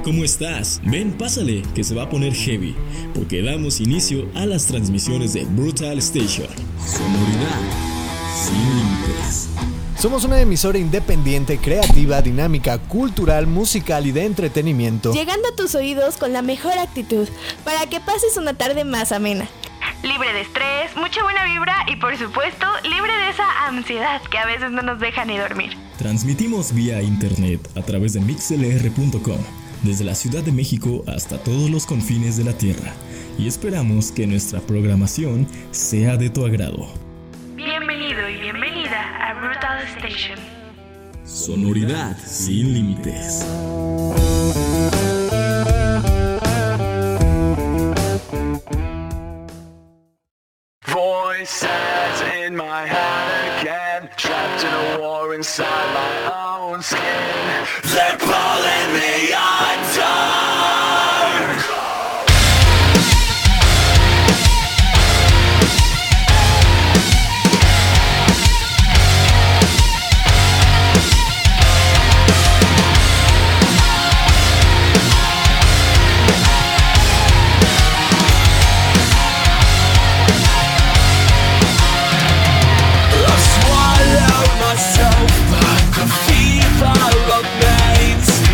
Hola, ¿cómo estás? Ven, pásale, que se va a poner heavy, porque damos inicio a las transmisiones de Brutal Station. Sonoridad sin límites. Somos una emisora independiente, creativa, dinámica, cultural, musical y de entretenimiento. Llegando a tus oídos con la mejor actitud, para que pases una tarde más amena. Libre de estrés, mucha buena vibra y por supuesto, libre de esa ansiedad que a veces no nos deja ni dormir. Transmitimos vía internet a través de mixlr.com, desde la Ciudad de México hasta todos los confines de la Tierra. Y esperamos que nuestra programación sea de tu agrado. Bienvenido y bienvenida a Brutal Station. Sonoridad sin límites. Voices in my head again, trapped in a war inside my own skin. They're pulling me under. Myself, the fever of names.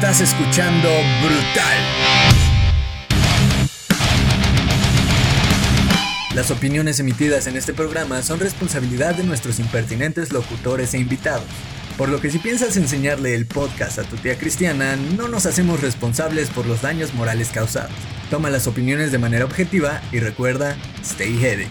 Estás escuchando Brutal. Las opiniones emitidas en este programa son responsabilidad de nuestros impertinentes locutores e invitados. Por lo que si piensas enseñarle el podcast a tu tía cristiana, no nos hacemos responsables por los daños morales causados. Toma las opiniones de manera objetiva y recuerda, stay heavy.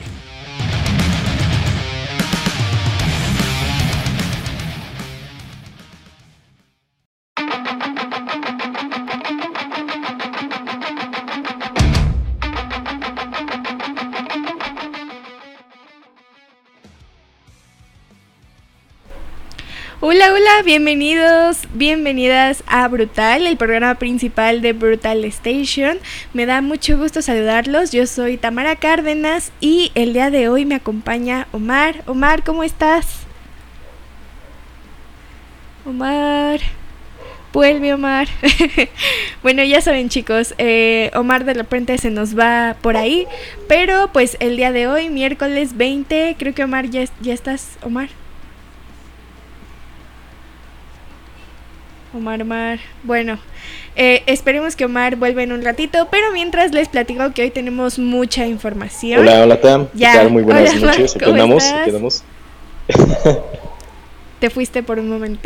Hola, hola, bienvenidos, bienvenidas a Brutal, el programa principal de Brutal Station. Me da mucho gusto saludarlos, yo soy Tamara Cárdenas y el día de hoy me acompaña Omar. Omar, ¿cómo estás? Omar, vuelve Omar. Bueno, ya saben chicos, Omar de repente se nos va por ahí, pero pues el día de hoy, miércoles 20, creo que Omar ya estás, Omar. Omar. Bueno, esperemos que Omar vuelva en un ratito, pero mientras les platico que hoy tenemos mucha información. Hola Tam, ¿qué tal? Muy buenas noches, aquí andamos. Te fuiste por un momento.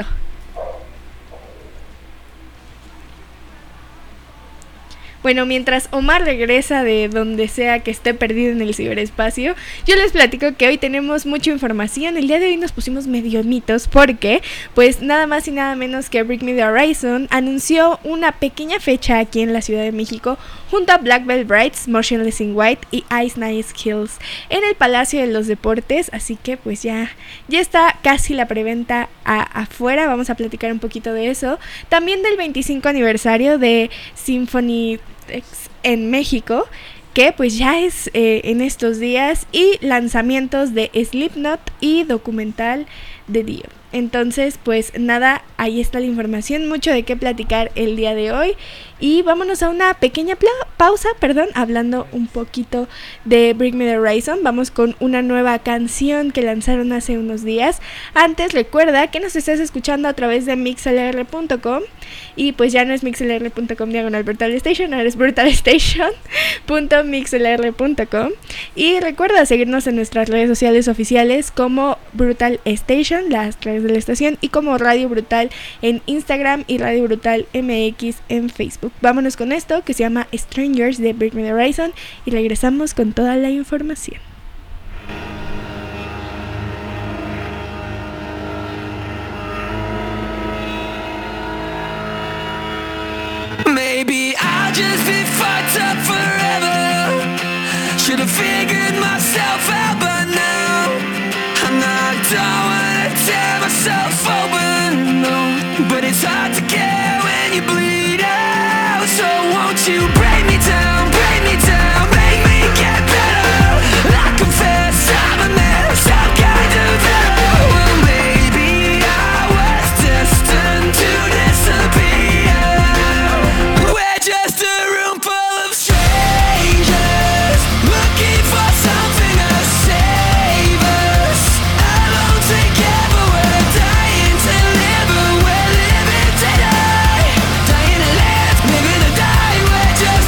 Bueno, mientras Omar regresa de donde sea que esté perdido en el ciberespacio, yo les platico que hoy tenemos mucha información. El día de hoy nos pusimos medio mitos porque, pues nada más y nada menos que Bring Me The Horizon anunció una pequeña fecha aquí en la Ciudad de México junto a Black Veil Brides, Motionless in White y Ice Nice Kills en el Palacio de los Deportes, así que pues ya está casi la preventa afuera. Vamos a platicar un poquito de eso. También del 25 aniversario de Symphony X en México, que pues ya es en estos días, y lanzamientos de Slipknot y documental de Dio. Entonces pues nada, ahí está la información, mucho de qué platicar el día de hoy. Y vámonos a una pequeña pausa, hablando un poquito de Bring Me The Horizon. Vamos con una nueva canción que lanzaron hace unos días. Antes recuerda que nos estás escuchando a través de mixlr.com. Y pues ya no es mixlr.com/brutalstation, ahora es brutalstation.mixlr.com. Y recuerda seguirnos en nuestras redes sociales oficiales como Brutal Station, las redes de la estación, y como Radio Brutal en Instagram y Radio Brutal MX en Facebook. Vámonos con esto que se llama Strangers de Bring Me The Horizon y regresamos con toda la información. Maybe I'll just be fucked up forever. Should have figured myself out by now. I'm not done when I tear myself open, no. But it's hard to care when you bleed out. So won't you break me down, make me get better. I confess I'm a mess, I'm kind of better. Well maybe I was destined to disappear. We're just a room full of strangers, looking for something to save us. Alone together, we're dying to live, but we're living to die. Dying to live, living to die. We're just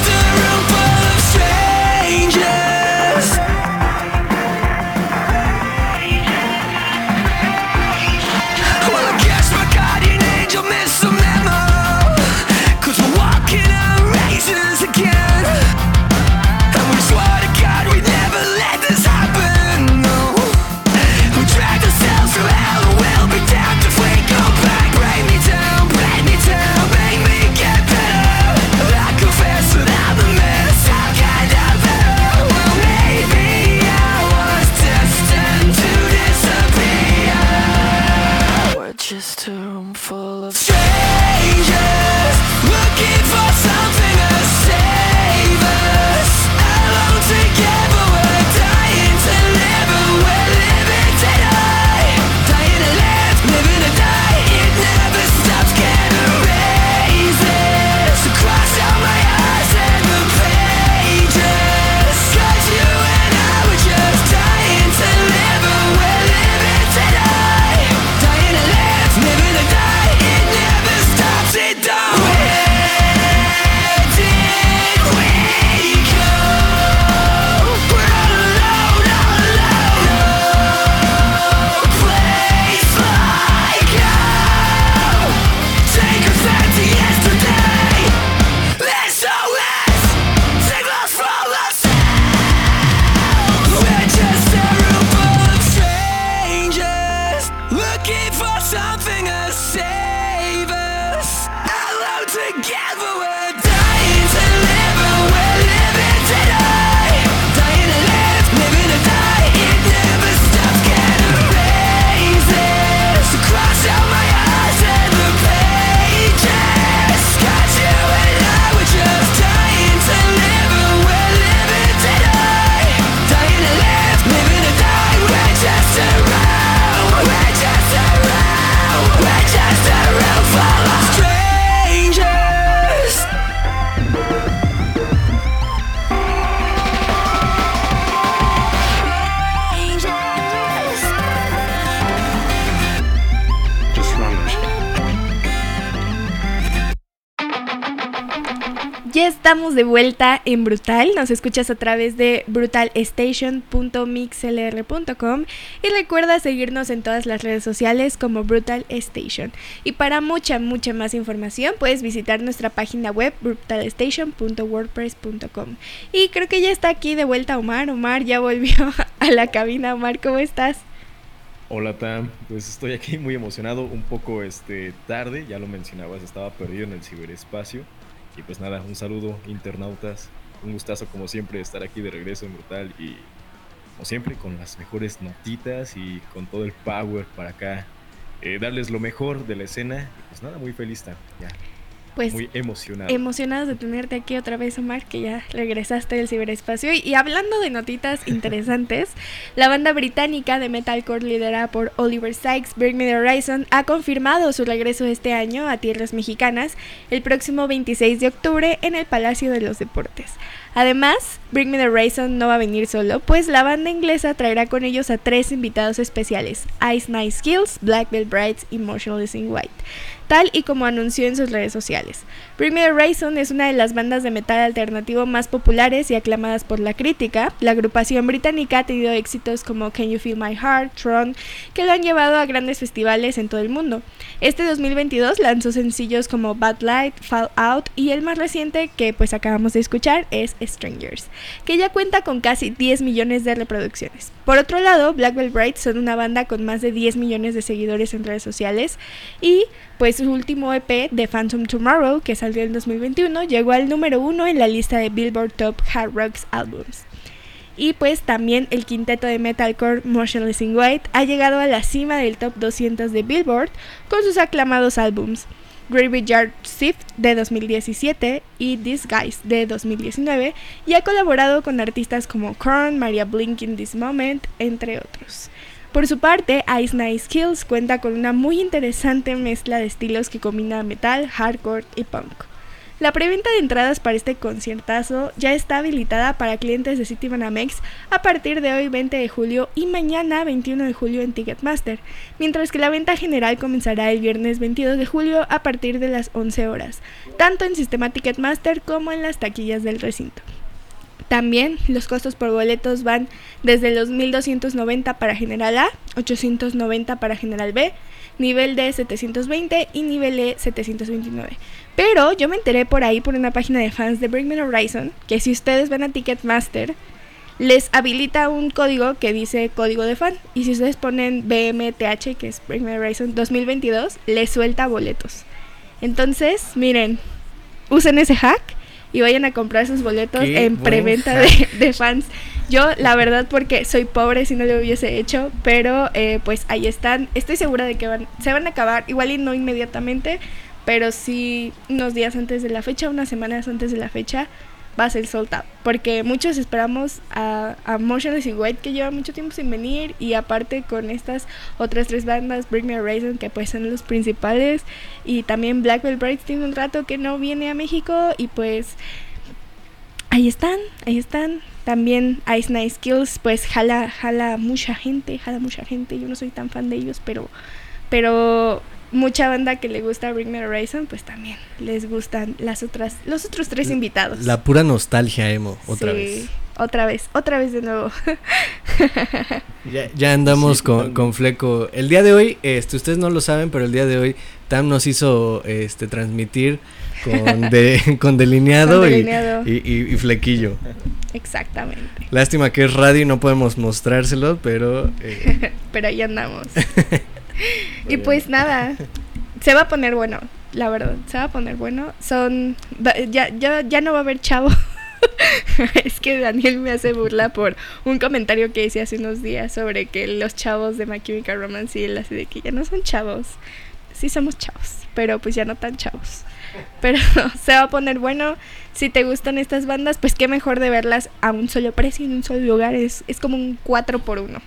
Ya estamos de vuelta en Brutal, nos escuchas a través de brutalstation.mixlr.com y recuerda seguirnos en todas las redes sociales como Brutal Station. Y para mucha más información puedes visitar nuestra página web brutalstation.wordpress.com. Y creo que ya está aquí de vuelta Omar. Omar ya volvió a la cabina. Omar, ¿cómo estás? Hola Tam, pues estoy aquí muy emocionado, un poco tarde, ya lo mencionabas, estaba perdido en el ciberespacio. Y pues nada, un saludo internautas, un gustazo como siempre estar aquí de regreso en Brutal y como siempre con las mejores notitas y con todo el power para acá, darles lo mejor de la escena y pues nada, muy feliz ya. Pues muy emocionado. Emocionados de tenerte aquí otra vez, Omar, que ya regresaste del ciberespacio. Y hablando de notitas interesantes, la banda británica de metalcore liderada por Oliver Sykes, Bring Me the Horizon, ha confirmado su regreso este año a tierras mexicanas el próximo 26 de octubre en el Palacio de los Deportes. Además, Bring Me the Horizon no va a venir solo, pues la banda inglesa traerá con ellos a 3 invitados especiales: Ice Nine Kills, Black Veil Brides y Motionless in White, tal y como anunció en sus redes sociales. Bring Me the Horizon es una de las bandas de metal alternativo más populares y aclamadas por la crítica. La agrupación británica ha tenido éxitos como Can You Feel My Heart, Tron, que lo han llevado a grandes festivales en todo el mundo. Este 2022 lanzó sencillos como Bad Light, Fall Out y el más reciente que pues acabamos de escuchar es Strangers, que ya cuenta con casi 10 millones de reproducciones. Por otro lado, Black Veil Brides son una banda con más de 10 millones de seguidores en redes sociales y pues su último EP, The Phantom Tomorrow, que salió en 2021, llegó al número 1 en la lista de Billboard Top Hard Rock Albums. Y pues también el quinteto de metalcore Motionless in White ha llegado a la cima del Top 200 de Billboard con sus aclamados álbums Graveyard Shift de 2017 y Disguise de 2019, y ha colaborado con artistas como Korn, Maria Blink in This Moment, entre otros. Por su parte, Ice Nine Kills cuenta con una muy interesante mezcla de estilos que combina metal, hardcore y punk. La preventa de entradas para este conciertazo ya está habilitada para clientes de Citibanamex a partir de hoy 20 de julio y mañana 21 de julio en Ticketmaster, mientras que la venta general comenzará el viernes 22 de julio a partir de las 11 horas, tanto en sistema Ticketmaster como en las taquillas del recinto. También los costos por boletos van desde los 1,290 para General A, 890 para General B, nivel D 720 y nivel E 729. Pero yo me enteré por ahí por una página de fans de Bring Me the Horizon que si ustedes van a Ticketmaster les habilita un código que dice código de fan, y si ustedes ponen BMTH, que es Bring Me the Horizon 2022, les suelta boletos. Entonces, miren, usen ese hack y vayan a comprar sus boletos en preventa de fans. Yo, la verdad, porque soy pobre, si no lo hubiese hecho, pero pues ahí están. Estoy segura de que se van a acabar, igual y no inmediatamente, pero sí unos días antes de la fecha, unas semanas antes de la fecha, va a ser sold out, porque muchos esperamos a Motionless in White, que lleva mucho tiempo sin venir, y aparte con estas otras 3 bandas, Bring Me the Horizon, que pues son los principales, y también Black Veil Brides tiene un rato que no viene a México, y pues ahí están. También Ice Nine Kills pues jala mucha gente, yo no soy tan fan de ellos, pero mucha banda que le gusta Bring Me the Horizon, pues también les gustan los otros 3 invitados. La pura nostalgia emo, otra vez de nuevo. ya andamos con fleco. El día de hoy, ustedes no lo saben, pero el día de hoy Tam nos hizo transmitir con delineado, y flequillo. Exactamente. Lástima que es radio y no podemos mostrárselo, pero pero ahí andamos. Y pues nada, se va a poner bueno, la verdad, se va a poner bueno. Ya no va a haber chavo. Es que Daniel me hace burla por un comentario que hice hace unos días sobre que los chavos de My Chemical Romance y él así de que ya no son chavos. Sí somos chavos, pero pues ya no tan chavos. Pero se va a poner bueno. Si te gustan estas bandas, pues qué mejor de verlas a un solo precio en un solo lugar. Es como un 4x1.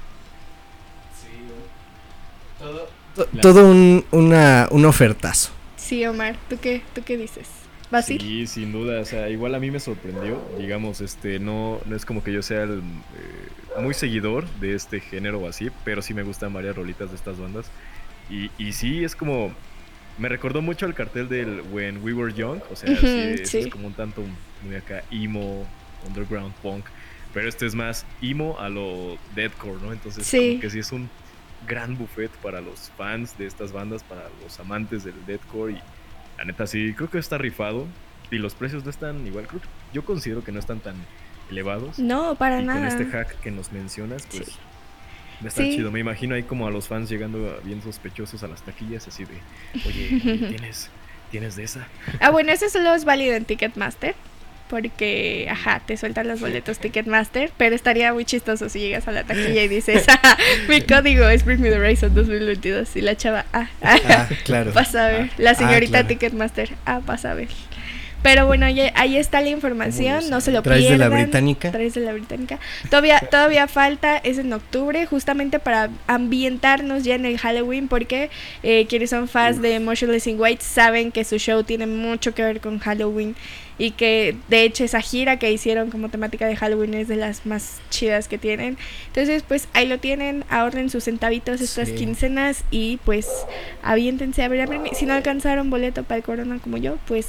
Todo un ofertazo. Sí, Omar, ¿tú qué dices? ¿Vas a ir? Sí, sin duda, o sea, igual a mí me sorprendió, digamos, no es como que yo sea muy seguidor de este género o así, pero sí me gustan varias rolitas de estas bandas, y sí, es como, me recordó mucho al cartel del When We Were Young, o sea, sí. Es como un tanto muy acá emo, underground punk, pero este es más emo a lo deathcore, ¿no? Entonces como que sí es un gran buffet para los fans de estas bandas, para los amantes del deathcore, y la neta sí, creo que está rifado y los precios no están igual, yo considero que no están tan elevados. No, para nada. Con este hack que nos mencionas, pues está chido. Me imagino ahí como a los fans llegando bien sospechosos a las taquillas, así de, oye, ¿tienes de esa? Bueno, eso solo es válido en Ticketmaster, porque, te sueltan los boletos Ticketmaster, pero estaría muy chistoso si llegas a la taquilla y dices, mi código es Bring Me The Horizon 2022, y la chava, claro. Pasa a ver, la señorita claro. Ticketmaster, pasa a ver. Pero bueno, ahí está la información, no se lo pierdan. ¿Traes de la británica? Todavía falta, es en octubre, justamente para ambientarnos ya en el Halloween, porque quienes son fans de Motionless in White saben que su show tiene mucho que ver con Halloween, y que de hecho esa gira que hicieron como temática de Halloween es de las más chidas que tienen. Entonces pues ahí lo tienen, ahorren sus centavitos estas quincenas y pues aviéntense a ver. Si no alcanzaron boleto para el Corona como yo, pues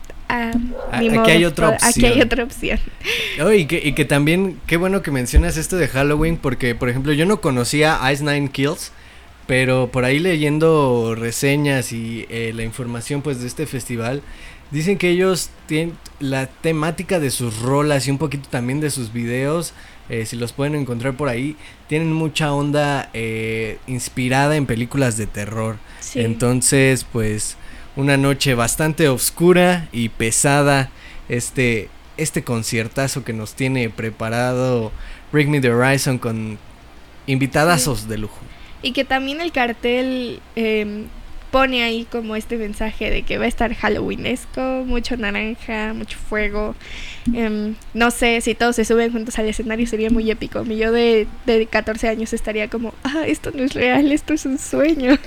aquí hay otra opción. Y que también, qué bueno que mencionas esto de Halloween, porque por ejemplo yo no conocía Ice Nine Kills, pero por ahí leyendo reseñas y la información pues de este festival, dicen que ellos tienen la temática de sus rolas y un poquito también de sus videos, si los pueden encontrar por ahí, tienen mucha onda inspirada en películas de terror. Entonces pues una noche bastante oscura y pesada, este conciertazo que nos tiene preparado Bring Me The Horizon con invitadazos de lujo. Y que también el cartel pone ahí como este mensaje de que va a estar halloweenesco, mucho naranja, mucho fuego. No sé, si todos se suben juntos al escenario sería muy épico. Mi yo de 14 años estaría como, esto no es real, esto es un sueño.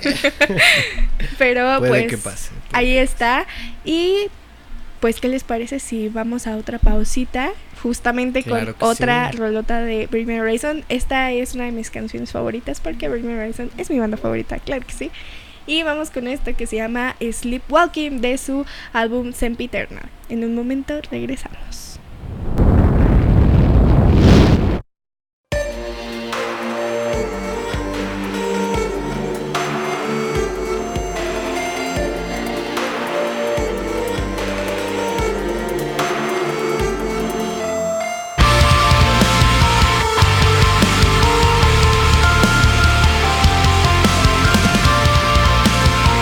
Pero puede pues que pase, ahí está. Y pues, ¿qué les parece si vamos a otra pausita? Justamente con otra rolota de Bring Me Horizon. Esta es una de mis canciones favoritas porque Bring Me Horizon es mi banda favorita, claro que sí. Y vamos con esto que se llama Sleepwalking de su álbum Sempiternal. En un momento regresamos.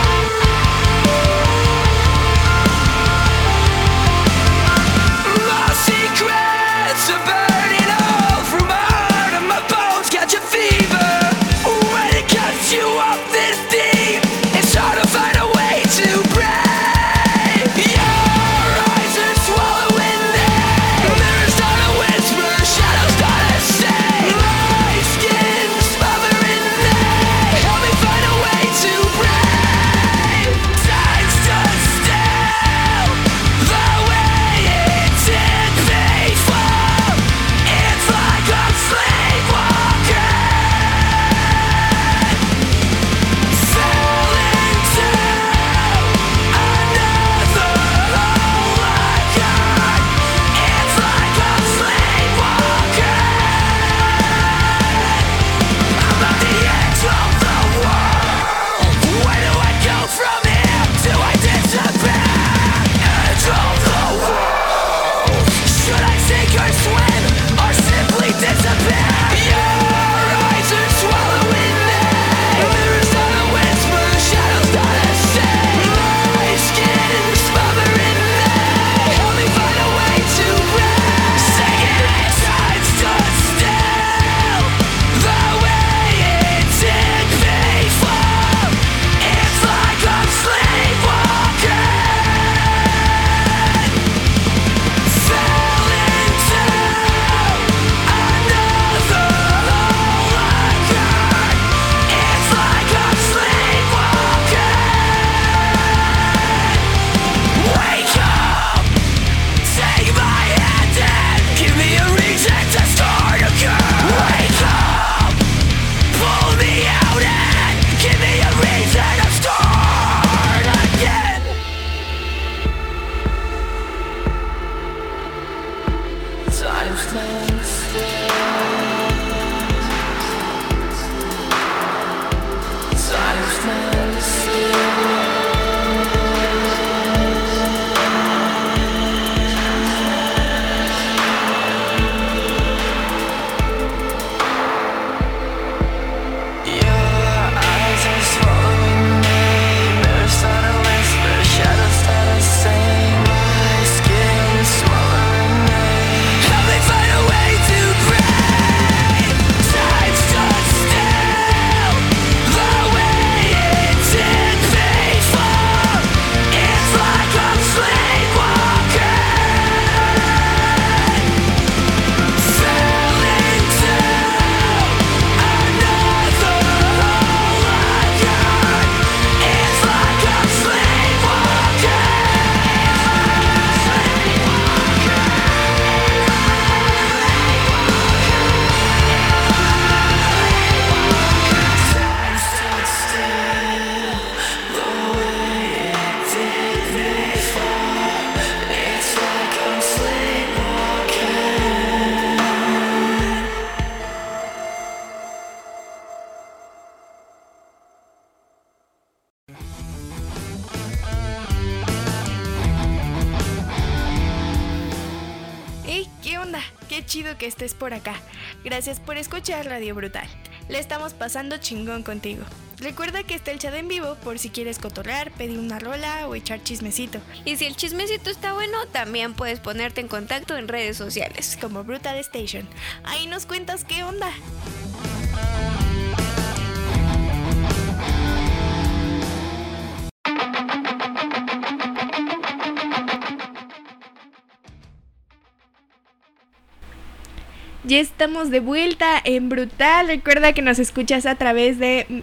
Lost chido que estés por acá. Gracias por escuchar Radio Brutal. Le estamos pasando chingón contigo. Recuerda que está el chat en vivo por si quieres cotorrear, pedir una rola o echar chismecito. Y si el chismecito está bueno, también puedes ponerte en contacto en redes sociales como Brutal Station. Ahí nos cuentas qué onda. Ya estamos de vuelta en Brutal. Recuerda que nos escuchas a través de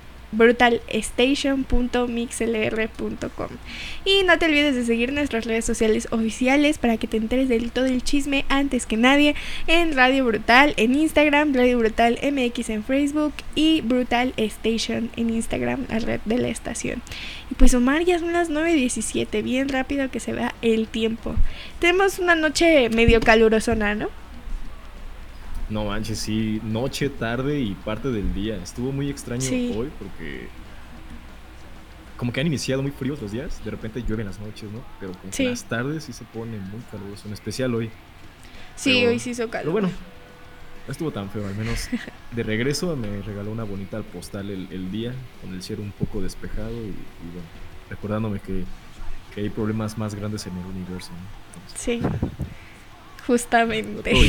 brutalstation.mixlr.com. Y no te olvides de seguir nuestras redes sociales oficiales para que te enteres de todo el chisme antes que nadie en Radio Brutal en Instagram, Radio Brutal MX en Facebook y Brutal Station en Instagram, la red de la estación. Y pues Omar, ya son las 9:17, bien rápido que se va el tiempo. Tenemos una noche medio calurosona, ¿no? No manches, sí, noche, tarde y parte del día. Estuvo muy extraño hoy porque como que han iniciado muy fríos los días. De repente llueve en las noches, ¿no? Pero como que las tardes sí se pone muy caluroso, en especial hoy. Sí, pero hoy sí hizo calor. Pero bueno, no estuvo tan feo, al menos de regreso me regaló una bonita postal el día, con el cielo un poco despejado y bueno, recordándome que hay problemas más grandes en el universo, ¿no? Entonces, sí, justamente.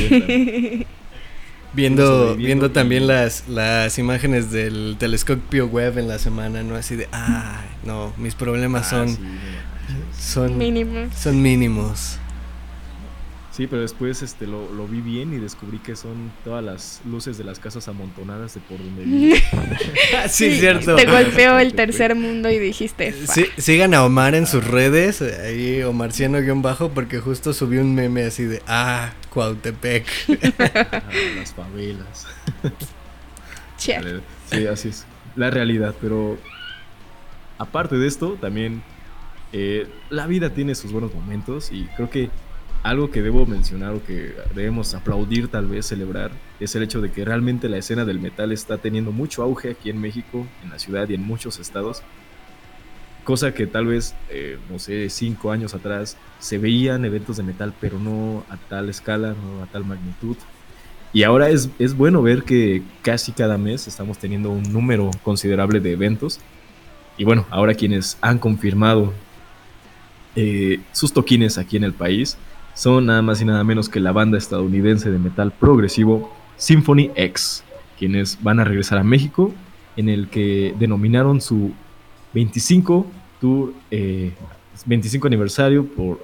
Viendo también las imágenes del telescopio Webb en la semana, ¿no? Así de, no, mis problemas son mínimos. Sí, pero después lo vi bien y descubrí que son todas las luces de las casas amontonadas de por donde vivo. Sí, cierto. Te golpeó el tercer mundo y dijiste, sí, sigan a Omar en sus redes, ahí Omarciano_, porque justo subió un meme así de, Cuautepec. Las favelas. Sí, así es la realidad, pero aparte de esto, también la vida tiene sus buenos momentos y creo que algo que debo mencionar o que debemos aplaudir, tal vez celebrar, es el hecho de que realmente la escena del metal está teniendo mucho auge aquí en México, en la ciudad y en muchos estados. Cosa que tal vez, 5 años atrás se veían eventos de metal, pero no a tal escala, no a tal magnitud. Y ahora es bueno ver que casi cada mes estamos teniendo un número considerable de eventos. Y bueno, ahora quienes han confirmado sus toquines aquí en el país son nada más y nada menos que la banda estadounidense de metal progresivo Symphony X, quienes van a regresar a México, en el que denominaron su 25 tour de 25 aniversario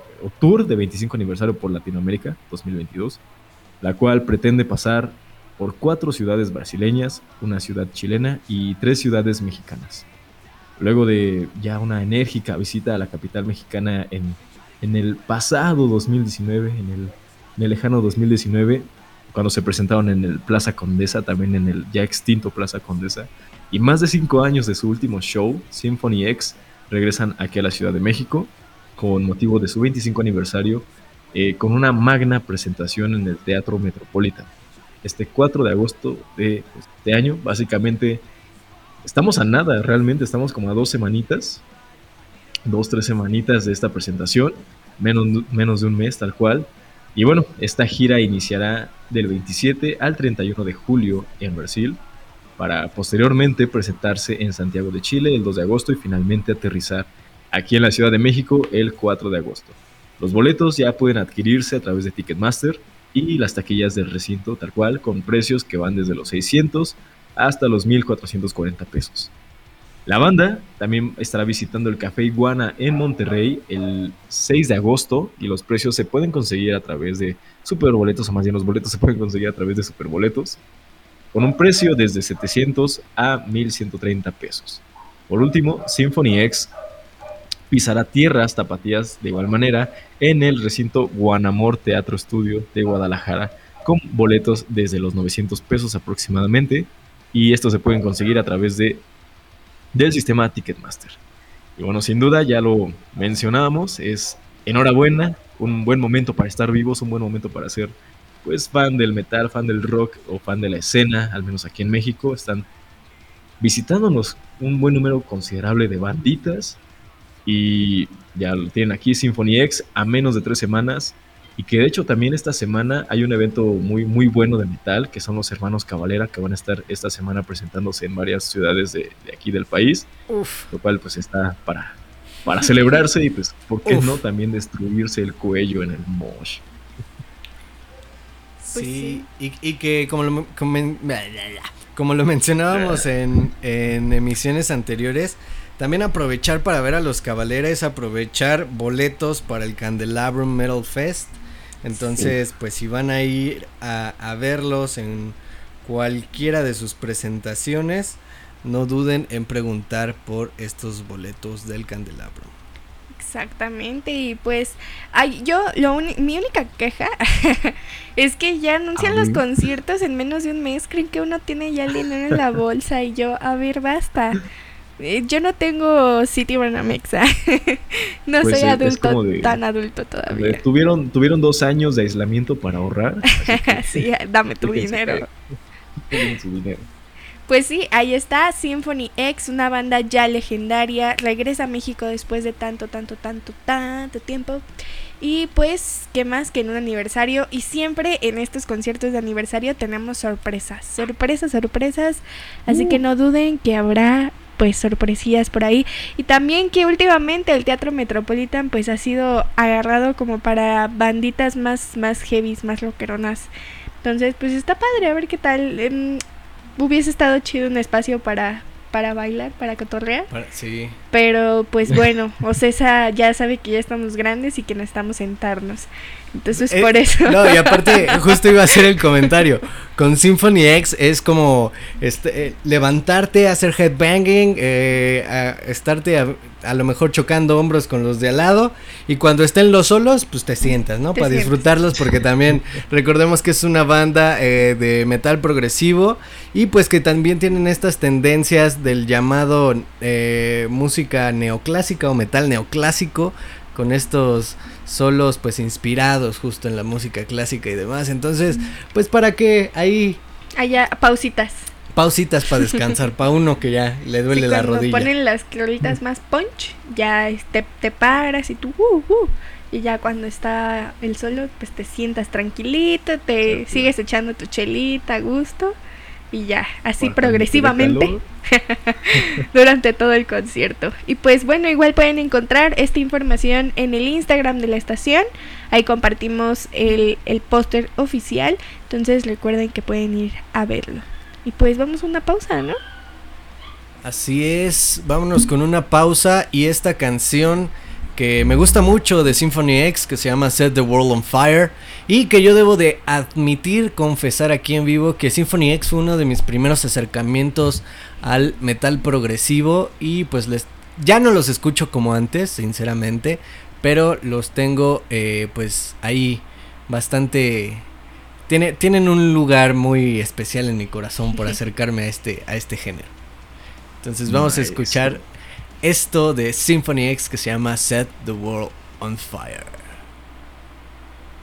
por Latinoamérica 2022, la cual pretende pasar por 4 ciudades brasileñas, una ciudad chilena y 3 ciudades mexicanas. Luego de ya una enérgica visita a la capital mexicana en el pasado 2019, en el lejano 2019, cuando se presentaron en el Plaza Condesa, también en el ya extinto Plaza Condesa, y más de 5 años de su último show, Symphony X regresan aquí a la Ciudad de México con motivo de su 25 aniversario con una magna presentación en el Teatro Metropolitan. Este 4 de agosto de este año, básicamente estamos a nada, realmente estamos como a 3 semanitas de esta presentación, menos de un mes tal cual. Y bueno, esta gira iniciará del 27 al 31 de julio en Brasil, para posteriormente presentarse en Santiago de Chile el 2 de agosto y finalmente aterrizar aquí en la Ciudad de México el 4 de agosto. Los boletos ya pueden adquirirse a través de Ticketmaster y las taquillas del recinto tal cual, con precios que van desde los 600 hasta los 1,440 pesos. La banda también estará visitando el Café Iguana en Monterrey el 6 de agosto y los precios se pueden conseguir a través de Superboletos, o más bien los boletos se pueden conseguir a través de Superboletos, con un precio desde 700 a 1,130 pesos. Por último, Symphony X pisará tierras tapatías de igual manera en el recinto Guanamor Teatro Estudio de Guadalajara, con boletos desde los 900 pesos aproximadamente, y estos se pueden conseguir a través del sistema Ticketmaster. Y bueno, sin duda, ya lo mencionábamos, es enhorabuena, un buen momento para estar vivos, un buen momento para ser pues fan del metal, fan del rock o fan de la escena, al menos aquí en México. Están visitándonos un buen número considerable de banditas y ya lo tienen aquí, Symphony X, a menos de 3 semanas, y que de hecho también esta semana hay un evento muy, muy bueno de metal, que son los hermanos Cavalera, que van a estar esta semana presentándose en varias ciudades de aquí del país. Uf. Lo cual pues está para celebrarse y pues, ¿por qué no también destruirse el cuello en el mosh? Sí, y que como lo mencionábamos en emisiones anteriores, también aprovechar para ver a los Cavalera es aprovechar boletos para el Candelabrum Metal Fest. Entonces, pues si van a ir a verlos en cualquiera de sus presentaciones, no duden en preguntar por estos boletos del Candelabrum. Exactamente, y pues mi única queja es que ya anuncian los conciertos en menos de un mes. Creen que uno tiene ya el dinero en la bolsa y yo, a ver, basta. Yo no tengo Citibanamex, no pues soy adulto, tan adulto todavía. Tuvieron 2 años de aislamiento para ahorrar. Sí, dame tu dinero. Pues sí, ahí está Symphony X, una banda ya legendaria, regresa a México después de tanto tiempo. Y pues, ¿qué más que en un aniversario? Y siempre en estos conciertos de aniversario tenemos sorpresas. Así que no duden que habrá pues sorpresillas por ahí. Y también que últimamente el Teatro Metropolitan pues ha sido agarrado como para banditas más heavies, más rockeronas. Entonces pues está padre, a ver qué tal. Hubiese estado chido un espacio para bailar, para cotorrear. Sí. Pero pues bueno, Ocesa ya sabe que ya estamos grandes y que necesitamos sentarnos. Entonces por eso. No, y aparte justo iba a hacer el comentario. Con Symphony X es como levantarte, hacer headbanging, estarte a lo mejor chocando hombros con los de al lado, y cuando estén los solos, pues te sientas, ¿no? Para disfrutarlos, porque también recordemos que es una banda de metal progresivo, y pues que también tienen estas tendencias del llamado música neoclásica o metal neoclásico, con estos solos pues inspirados justo en la música clásica y demás. Entonces, pues para que ahí haya pausitas para descansar, para uno que ya le duele la rodilla. Cuando ponen las cloritas más punch, ya te paras y tú y ya cuando está el solo, pues te sientas tranquilito, te sigues echando tu chelita a gusto y ya, así progresivamente durante todo el concierto. Y pues bueno, igual pueden encontrar esta información en el Instagram de la estación. Ahí compartimos el póster oficial, entonces recuerden que pueden ir a verlo. Y pues vamos a una pausa, ¿no? Así es, vámonos con una pausa y esta canción que me gusta mucho de Symphony X, que se llama Set the World on Fire, y que yo debo de confesar aquí en vivo que Symphony X fue uno de mis primeros acercamientos al metal progresivo, y pues ya no los escucho como antes, sinceramente, pero los tengo pues ahí bastante... Tienen un lugar muy especial en mi corazón por acercarme a este género. Entonces vamos a escuchar esto de Symphony X que se llama Set the World on Fire.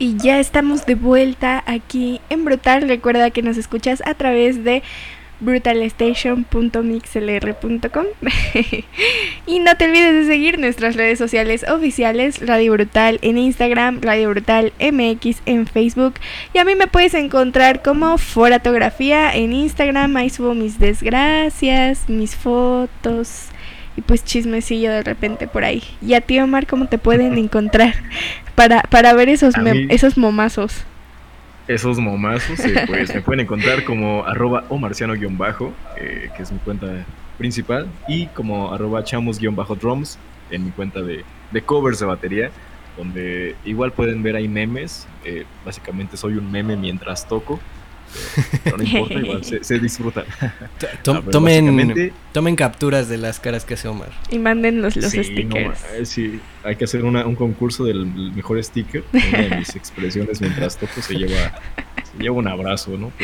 y ya estamos de vuelta aquí en Brutal. Recuerda que nos escuchas a través de brutalstation.mixlr.com y no te olvides de seguir nuestras redes sociales oficiales, Radio Brutal en Instagram, Radio Brutal MX en Facebook, y a mí me puedes encontrar como Foratografía en Instagram. Ahí subo mis desgracias, mis fotos y pues chismecillo de repente por ahí. Y a ti, Omar, ¿cómo te pueden encontrar para ver esos momazos? Esos momazos, pues me pueden encontrar como @omarciano_, que es mi cuenta principal, y como @chamos_drums en mi cuenta de covers de batería, donde igual pueden ver ahí memes. Básicamente soy un meme mientras toco, pero no importa, igual se disfrutan. Tomen capturas de las caras que hace Omar y mándennos los stickers. Sí, hay que hacer un concurso del mejor sticker. Una de mis expresiones mientras toco se lleva un abrazo, ¿no?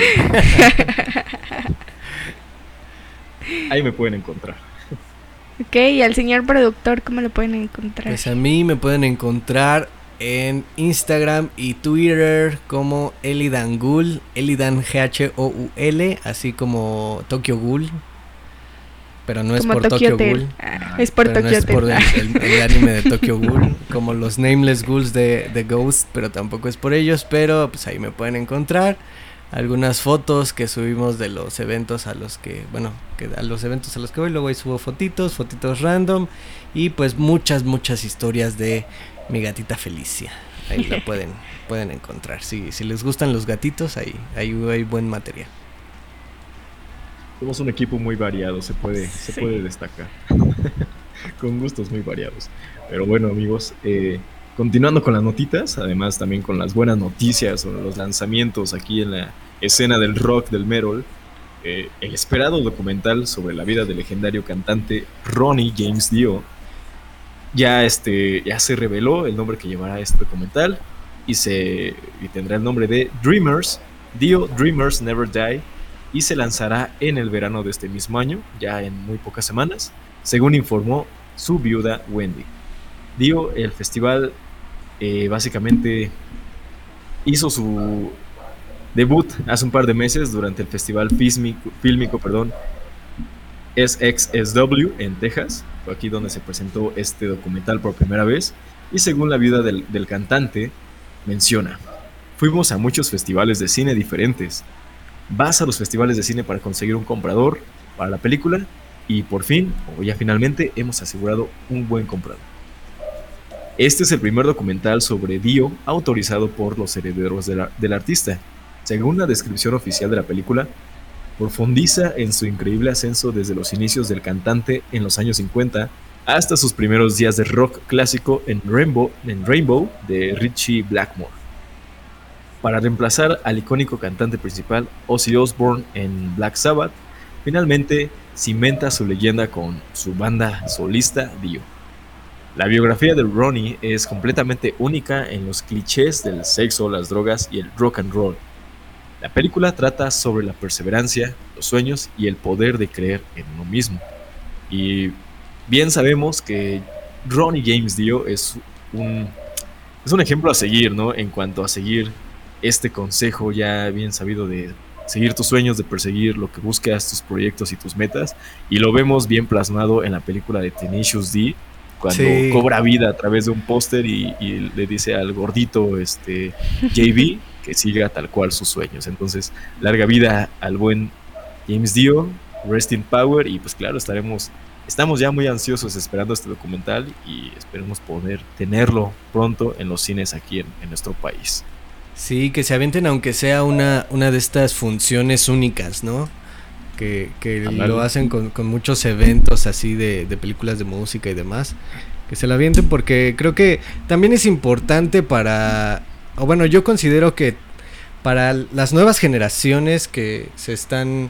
Ahí me pueden encontrar. Ok, y al señor productor, ¿cómo lo pueden encontrar? Pues a mí me pueden encontrar en Instagram y Twitter como Elidan Ghoul, Elidan GHOUL, así como Tokyo Ghoul, pero no es como por Tokyo Ghoul, es por Tokyo no es por el anime de Tokyo Ghoul, como los Nameless Ghouls de Ghost, pero tampoco es por ellos. Pero pues ahí me pueden encontrar algunas fotos que subimos de los eventos a los que voy. Luego ahí subo fotitos random, y pues muchas historias de mi gatita Felicia. Ahí la pueden encontrar. Si les gustan los gatitos, ahí hay buen material. Somos un equipo muy variado, se puede destacar. Con gustos muy variados. Pero bueno, amigos, continuando con las notitas, además también con las buenas noticias sobre los lanzamientos aquí en la escena del rock, del metal. El esperado documental sobre la vida del legendario cantante Ronnie James Dio ya se reveló el nombre que llevará este documental, y tendrá el nombre de Dio Dreamers Never Die, y se lanzará en el verano de este mismo año, ya en muy pocas semanas, según informó su viuda Wendy. Dio, el festival básicamente hizo su debut hace un par de meses durante el festival fílmico SXSW en Texas. Fue aquí donde se presentó este documental por primera vez, y según la viuda del cantante, menciona: fuimos a muchos festivales de cine diferentes. Vas a los festivales de cine para conseguir un comprador para la película, y por fin, o ya finalmente, hemos asegurado un buen comprador. Este es el primer documental sobre Dio autorizado por los herederos del artista. Según la descripción oficial de la película, profundiza en su increíble ascenso desde los inicios del cantante en los años 50 hasta sus primeros días de rock clásico en Rainbow de Ritchie Blackmore, para reemplazar al icónico cantante principal Ozzy Osbourne en Black Sabbath. Finalmente cimenta su leyenda con su banda solista Dio. La biografía de Ronnie es completamente única en los clichés del sexo, las drogas y el rock and roll. La película trata sobre la perseverancia, los sueños y el poder de creer en uno mismo. Y bien sabemos que Ronnie James Dio es un ejemplo a seguir, ¿no? En cuanto a seguir este consejo ya bien sabido de seguir tus sueños, de perseguir lo que buscas, tus proyectos y tus metas. Y lo vemos bien plasmado en la película de Tenacious D, cuando cobra vida a través de un póster y le dice al gordito JB que siga tal cual sus sueños. Entonces, larga vida al buen James Dio, rest in power, y pues claro, estamos ya muy ansiosos esperando este documental, y esperemos poder tenerlo pronto en los cines aquí en nuestro país. Sí, que se avienten aunque sea una de estas funciones únicas, ¿no? Que lo hacen con muchos eventos así de películas de música y demás. Que se la avienten, porque creo que también es importante yo considero que para las nuevas generaciones que se están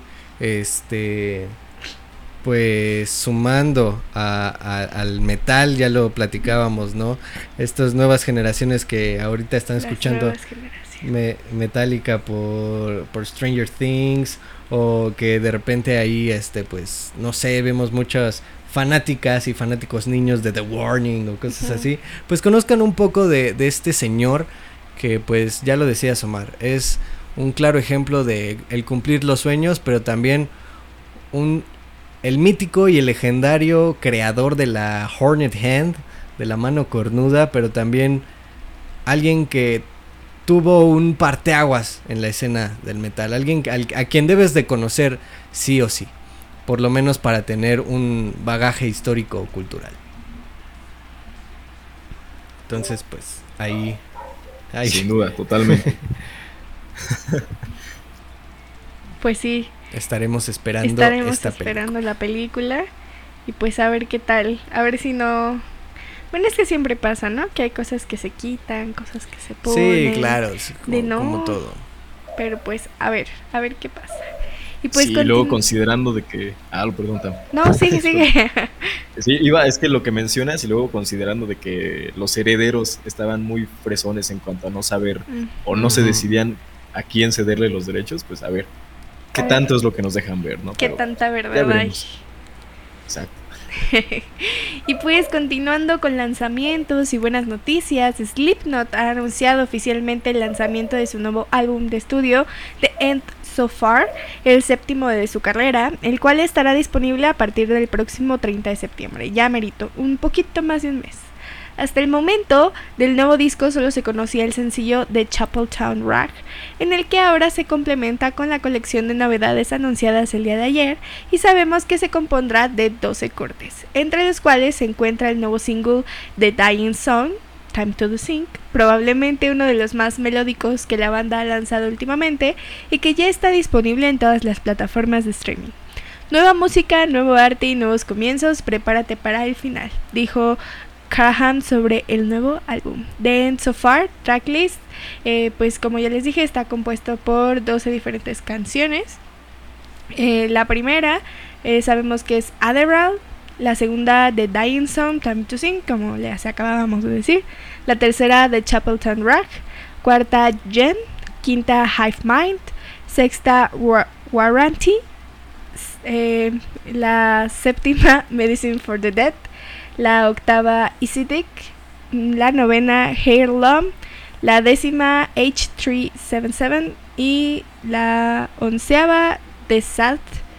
pues sumando al metal, ya lo platicábamos, ¿no? Estas nuevas generaciones que ahorita están escuchando Metallica por Stranger Things, o que de repente ahí pues no sé, vemos muchas fanáticas y fanáticos niños de The Warning o cosas así, pues conozcan un poco de este señor que pues ya lo decías, Omar, es un claro ejemplo de el cumplir los sueños, pero también el mítico y el legendario creador de la Hornet Hand, de la mano cornuda, pero también alguien que tuvo un parteaguas en la escena del metal, alguien a quien debes de conocer sí o sí, por lo menos para tener un bagaje histórico o cultural. Entonces, pues, ahí. Sin duda, totalmente. Pues sí. Estaremos esperando la película y pues a ver qué tal, a ver si no... Bueno, es que siempre pasa, ¿no? Que hay cosas que se quitan, cosas que se ponen. Sí, claro, como todo. Pero pues a ver qué pasa. Y pues sí, luego considerando de que... perdón, Tam. No, sigue. Sí, es que lo que mencionas y luego considerando de que los herederos estaban muy fresones en cuanto a no saber o no se decidían a quién cederle los derechos, pues a ver, ¿qué tanto es lo que nos dejan ver, no? ¿Qué tanta verdad hay? Exacto. Y pues continuando con lanzamientos y buenas noticias, Slipknot ha anunciado oficialmente el lanzamiento de su nuevo álbum de estudio, The End So Far, el 7º de su carrera, el cual estará disponible a partir del próximo 30 de septiembre, ya merito, un poquito más de un mes. Hasta el momento del nuevo disco solo se conocía el sencillo de Chapeltown Rock, en el que ahora se complementa con la colección de novedades anunciadas el día de ayer, y sabemos que se compondrá de 12 cortes, entre los cuales se encuentra el nuevo single The Dying Song, Time to the Sync, probablemente uno de los más melódicos que la banda ha lanzado últimamente y que ya está disponible en todas las plataformas de streaming. Nueva música, nuevo arte y nuevos comienzos, prepárate para el final, dijo Graham sobre el nuevo álbum. The End So Far, tracklist, pues como ya les dije, está compuesto por 12 diferentes canciones. La primera sabemos que es Adderall, la segunda The Dying Song, Time to Sing, como les acabábamos de decir, la tercera The Chapeltown Rock, cuarta Jen, quinta Hive Mind, sexta Warranty, la séptima Medicine for the Dead, la octava Easy Dick, la novena Heirloom, la décima H377 y la onceava The Sad.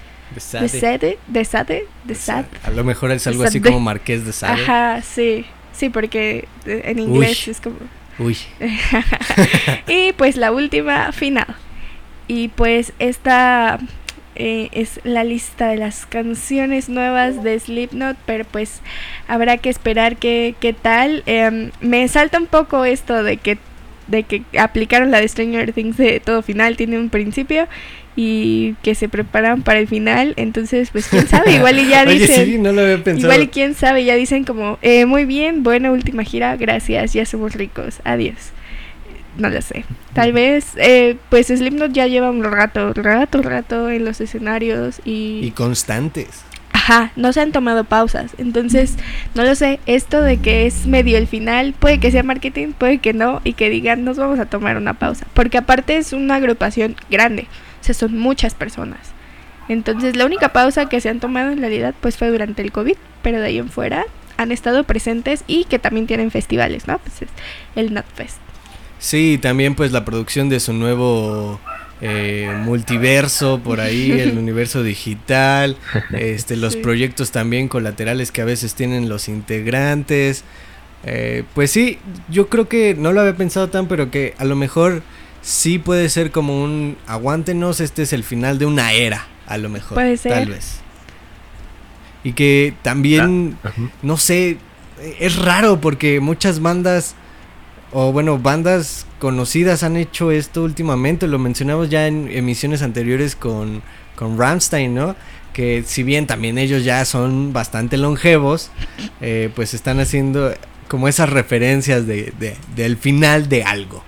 A lo mejor es algo así como Marqués de Sade. Ajá, sí, porque en inglés es como... Uy. Y pues la última, Final. Y pues esta... es la lista de las canciones nuevas de Slipknot, pero pues habrá que esperar qué tal. Me salta un poco esto de que aplicaron la de Stranger Things de todo final tiene un principio y que se preparan para el final, entonces pues quién sabe, igual y ya dicen. Oye, sí, no lo había pensado. Igual y quién sabe, ya dicen como muy bien, buena última gira, gracias, ya somos ricos, adiós. No lo sé. Tal vez, pues Slipknot ya lleva un rato en los escenarios y constantes. Ajá, no se han tomado pausas. Entonces, no lo sé. Esto de que es medio el final, puede que sea marketing, puede que no, y que digan, nos vamos a tomar una pausa. Porque aparte es una agrupación grande. O sea, son muchas personas. Entonces, la única pausa que se han tomado en realidad, pues fue durante el COVID. Pero de ahí en fuera han estado presentes y que también tienen festivales, ¿no? Pues es el NotFest. Sí, también pues la producción de su nuevo multiverso por ahí, el universo digital, los proyectos también colaterales que a veces tienen los integrantes. Pues sí, yo creo que no lo había pensado tan, pero que a lo mejor sí puede ser como un aguántenos, este es el final de una era, a lo mejor. Puede ser. Tal vez. Y que también, no sé, es raro porque muchas bandas... O bueno, bandas conocidas han hecho esto últimamente. Lo mencionamos ya en emisiones anteriores con Rammstein, ¿no? Que si bien también ellos ya son bastante longevos, pues están haciendo como esas referencias del final de algo.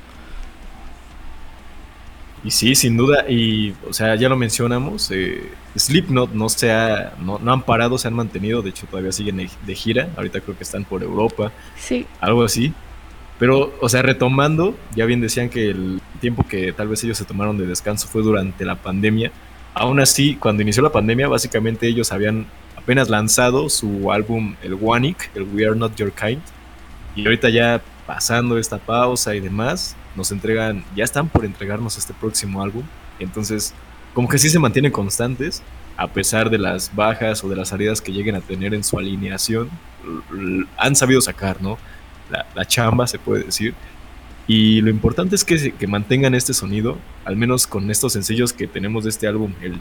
Y sí, sin duda, y o sea, ya lo mencionamos, Slipknot no han parado, se han mantenido, de hecho todavía siguen de gira, ahorita creo que están por Europa, sí, algo así. Pero, o sea, retomando, ya bien decían que el tiempo que tal vez ellos se tomaron de descanso fue durante la pandemia. Aún así, cuando inició la pandemia, básicamente ellos habían apenas lanzado su álbum, el Wanik, el We Are Not Your Kind. Y ahorita ya pasando esta pausa y demás, ya están por entregarnos este próximo álbum. Entonces, como que sí se mantienen constantes, a pesar de las bajas o de las salidas que lleguen a tener en su alineación. Han sabido sacar, ¿no? La chamba, se puede decir. Y lo importante es que mantengan este sonido, al menos con estos sencillos que tenemos de este álbum, el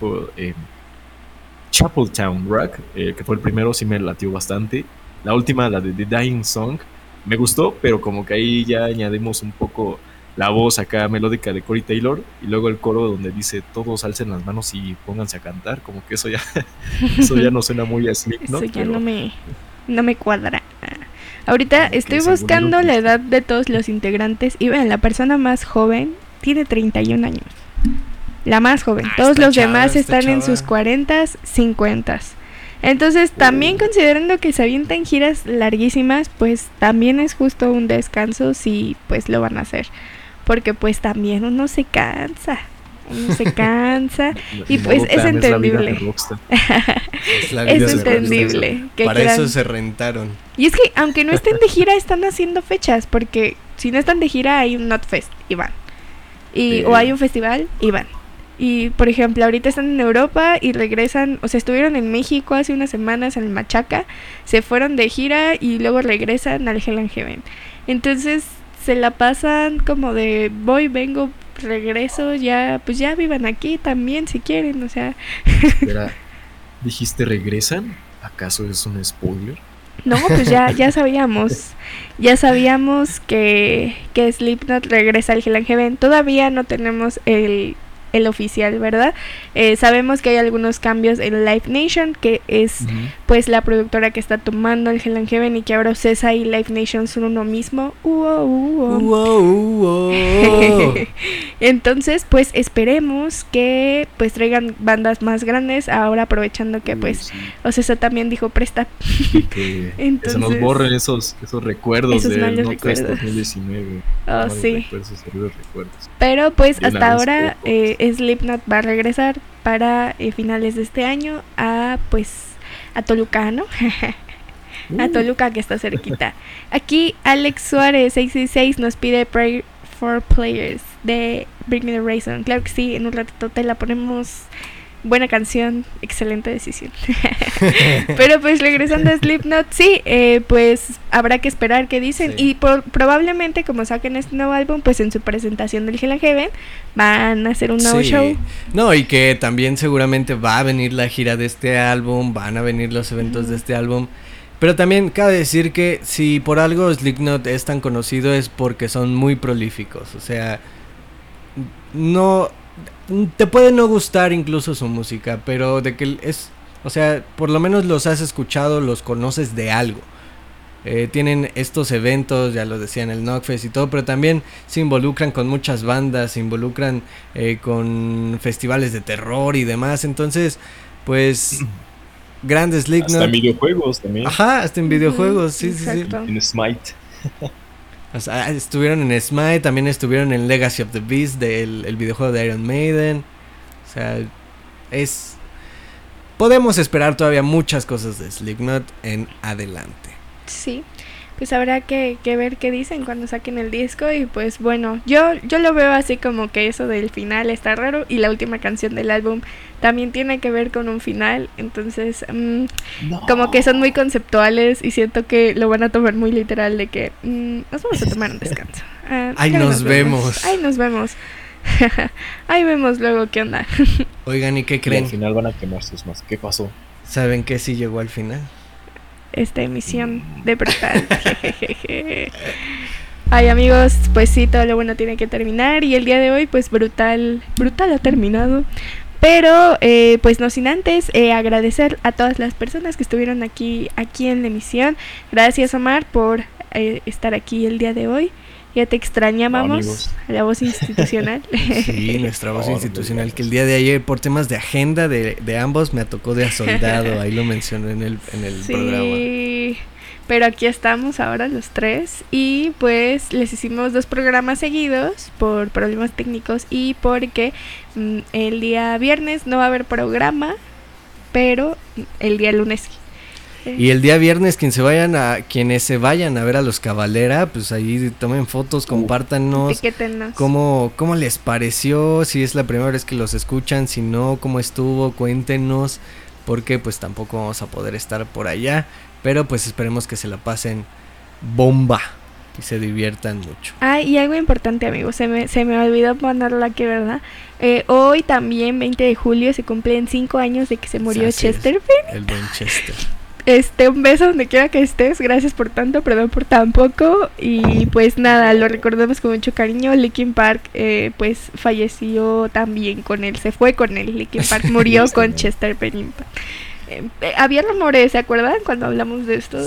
Chapeltown Rock, que fue el primero, sí me latió bastante. La última, la de The Dying Song, me gustó, pero como que ahí ya añadimos un poco la voz acá melódica de Corey Taylor, y luego el coro donde dice todos alcen las manos y pónganse a cantar, como que eso ya no suena muy a Slipknot, eso ya pero no me cuadra. Ahorita estoy buscando la edad de todos los integrantes y vean, la persona más joven tiene 31 años. La más joven. Todos los demás están en sus 40s, 50s. Entonces, también considerando que se avientan giras larguísimas, pues también es justo un descanso si pues lo van a hacer. Porque pues también uno se cansa. Y pues es entendible. Es entendible. Para eso se rentaron. Y es que aunque no estén de gira, están haciendo fechas. Porque si no están de gira, hay un Notfest y van. O hay un festival y van. Y por ejemplo, ahorita están en Europa y regresan, o sea, estuvieron en México hace unas semanas en el Machaca, se fueron de gira y luego regresan al Hell and Heaven. Entonces se la pasan como de voy, vengo, regreso, ya, pues ya vivan aquí también si quieren, o sea. Espera, ¿dijiste regresan? ¿Acaso es un spoiler? No, pues ya sabíamos. Ya sabíamos que Slipknot regresa al Hell and Heaven. Todavía no tenemos el oficial, ¿verdad? Sabemos que hay algunos cambios en Live Nation, que es pues la productora que está tomando el Hell and Heaven, y que ahora Ocesa y Live Nation son uno mismo. Entonces, pues esperemos que pues traigan bandas más grandes, ahora aprovechando que pues Ocesa también dijo presta. Entonces, que se nos borren esos recuerdos de Notfest 2019. Sí. Recuerdos. Pero pues hasta ahora Slipknot va a regresar para finales de este año a Toluca, ¿no? A Toluca, que está cerquita. Aquí Alex Suárez 666 nos pide Pray for Players de Bring Me the Horizon. Claro que sí, en un ratito te la ponemos. Buena canción, excelente decisión. Pero pues regresando a Slipknot, sí, pues habrá que esperar qué dicen. Sí. Y probablemente como saquen este nuevo álbum, pues en su presentación del Hell and Heaven van a hacer un nuevo show. No, y que también seguramente va a venir la gira de este álbum, van a venir los eventos de este álbum. Pero también cabe decir que si por algo Slipknot es tan conocido es porque son muy prolíficos. O sea, no... Te puede no gustar incluso su música, pero de que es, o sea, por lo menos los has escuchado, los conoces de algo. Tienen estos eventos, ya lo decían, el Knockfest y todo, pero también se involucran con muchas bandas, se involucran con festivales de terror y demás. Entonces, pues, grandes Slipknot. Hasta en videojuegos también. Ajá, hasta en videojuegos, sí. En Smite. O sea, estuvieron en Smite, también estuvieron en Legacy of the Beast, el videojuego de Iron Maiden. O sea, podemos esperar todavía muchas cosas de Slipknot en adelante. Sí, pues habrá que ver qué dicen cuando saquen el disco. Y pues bueno, yo lo veo así como que eso del final está raro, y la última canción del álbum también tiene que ver con un final. Entonces como que son muy conceptuales y siento que lo van a tomar muy literal, de que nos vamos a tomar un descanso. Ahí nos vemos. Ahí vemos luego qué onda. Oigan, ¿y qué creen? Y al final van a quemar sus más. ¿Qué pasó? ¿Saben qué sí llegó al final? Esta emisión de Brutal. Ay, amigos, pues sí, todo lo bueno tiene que terminar, y el día de hoy pues Brutal ha terminado. Pero pues no sin antes agradecer a todas las personas que estuvieron aquí en la emisión. Gracias, Omar, por estar aquí el día de hoy. Ya te extrañábamos, la voz institucional. Sí, nuestra voz institucional, que el día de ayer por temas de agenda de ambos me tocó de a soldado, ahí lo mencioné en el programa. Sí, pero aquí estamos ahora los tres, y pues les hicimos 2 programas seguidos por problemas técnicos y porque el día viernes no va a haber programa, pero el día lunes sí. Y el día viernes quienes se vayan a ver a Los Cavalera, pues ahí tomen fotos, compártanos. Etiquétenos. ¿Cómo les pareció? Si es la primera vez que los escuchan, si no, cómo estuvo, cuéntenos. Porque pues tampoco vamos a poder estar por allá. Pero pues esperemos que se la pasen bomba y se diviertan mucho. Y algo importante, amigos, se me olvidó ponerlo aquí, ¿verdad? Hoy también, 20 de julio, se cumplen 5 años de que se murió Chester Bennington. El buen Chester. Un beso donde quiera que estés, gracias por tanto, perdón por tan poco. Y pues nada, lo recordamos con mucho cariño. Linkin Park pues falleció también con él, se fue con él. Linkin Park murió con Chester Bennington. Había rumores, ¿se acuerdan? Cuando hablamos de esto,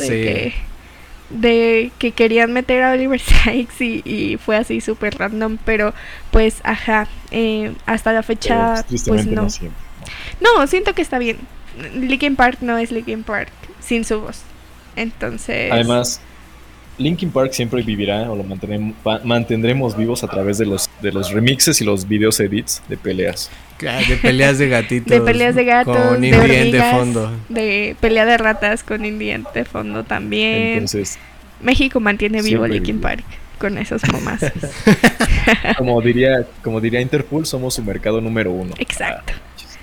de que querían meter a Oliver Sykes y fue así súper random, pero pues hasta la fecha pues no. No, siento que está bien. Linkin Park no es Linkin Park sin su voz. Entonces, además, Linkin Park siempre vivirá o lo mantendremos vivos a través de los remixes y los videos edits de peleas. De peleas de gatitos. De peleas de gatos, con de Indie hormigas, de fondo. De pelea de ratas con Indie de fondo también. Entonces, México mantiene vivo Linkin Park con esos momazos. como diría Interpol, somos su mercado número 1. Exacto.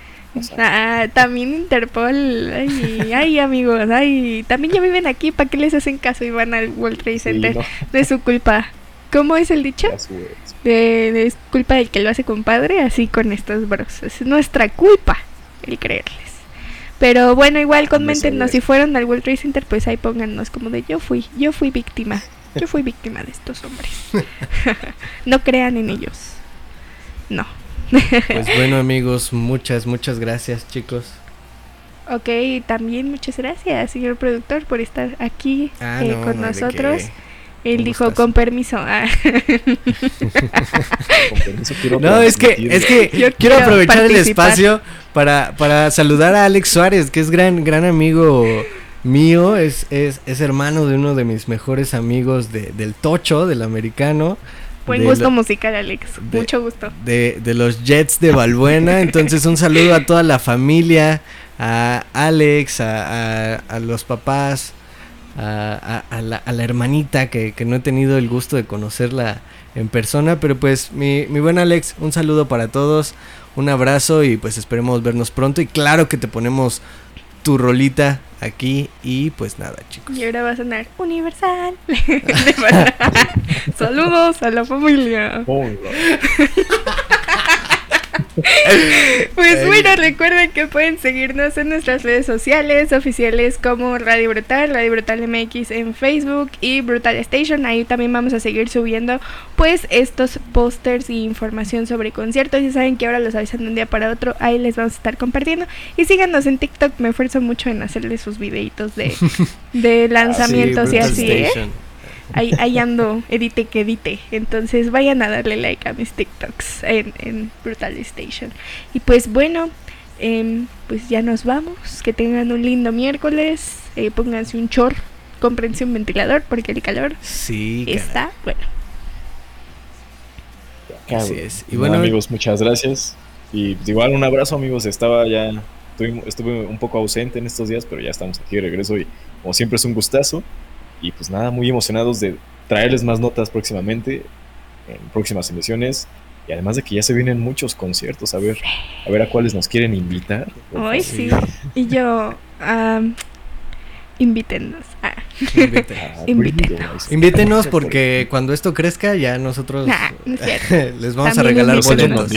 También Interpol, ay amigos, también ya viven aquí, ¿para qué les hacen caso y van al World Trade Center? No. De su culpa. ¿Cómo es el dicho? Es culpa del que lo hace compadre, así con estos bros. Es nuestra culpa el creerles. Pero bueno, igual coméntenos si fueron al World Trade Center, pues ahí pónganos como de yo fui víctima. Yo fui víctima de estos hombres. No crean en ellos. No. Pues bueno, amigos, muchas gracias, chicos. Ok, también muchas gracias, señor productor, por estar aquí con nosotros. Él dijo con permiso. Con permiso es que yo quiero aprovechar el espacio para saludar a Alex Suárez, que es gran amigo mío, es hermano de uno de mis mejores amigos del Tocho, del americano. Buen gusto musical, Alex. Mucho gusto. De los Jets de Balbuena. Entonces, un saludo a toda la familia, a Alex, a los papás, a la hermanita que no he tenido el gusto de conocerla en persona. Pero pues, mi buen Alex, un saludo para todos, un abrazo y pues esperemos vernos pronto. Y claro que te ponemos tu rolita aquí y pues nada, chicos. Y ahora va a sonar Universal. Saludos a la familia. Pues bueno, recuerden que pueden seguirnos en nuestras redes sociales oficiales como Radio Brutal MX en Facebook y Brutal Station. Ahí también vamos a seguir subiendo pues estos pósters y información sobre conciertos. Ya saben que ahora los avisan de un día para otro, ahí les vamos a estar compartiendo. Y síganos en TikTok, me esfuerzo mucho en hacerles sus videitos de lanzamientos y así, Ahí ando, edite. Entonces vayan a darle like a mis TikToks en Brutal Station. Y pues bueno, pues ya nos vamos. Que tengan un lindo miércoles. Pónganse un chorro, cómprense un ventilador porque el calor está bueno. Así es. Y bueno, amigos, muchas gracias. Y igual un abrazo, amigos. Estuve un poco ausente en estos días, pero ya estamos aquí de regreso y como siempre es un gustazo. Y pues nada, muy emocionados de traerles más notas próximamente, en próximas emisiones. Y además de que ya se vienen muchos conciertos, a ver a cuáles nos quieren invitar. Hoy sí. Y yo, invítenos. Invítenos porque cuando esto crezca ya nosotros les vamos a regalar boletos.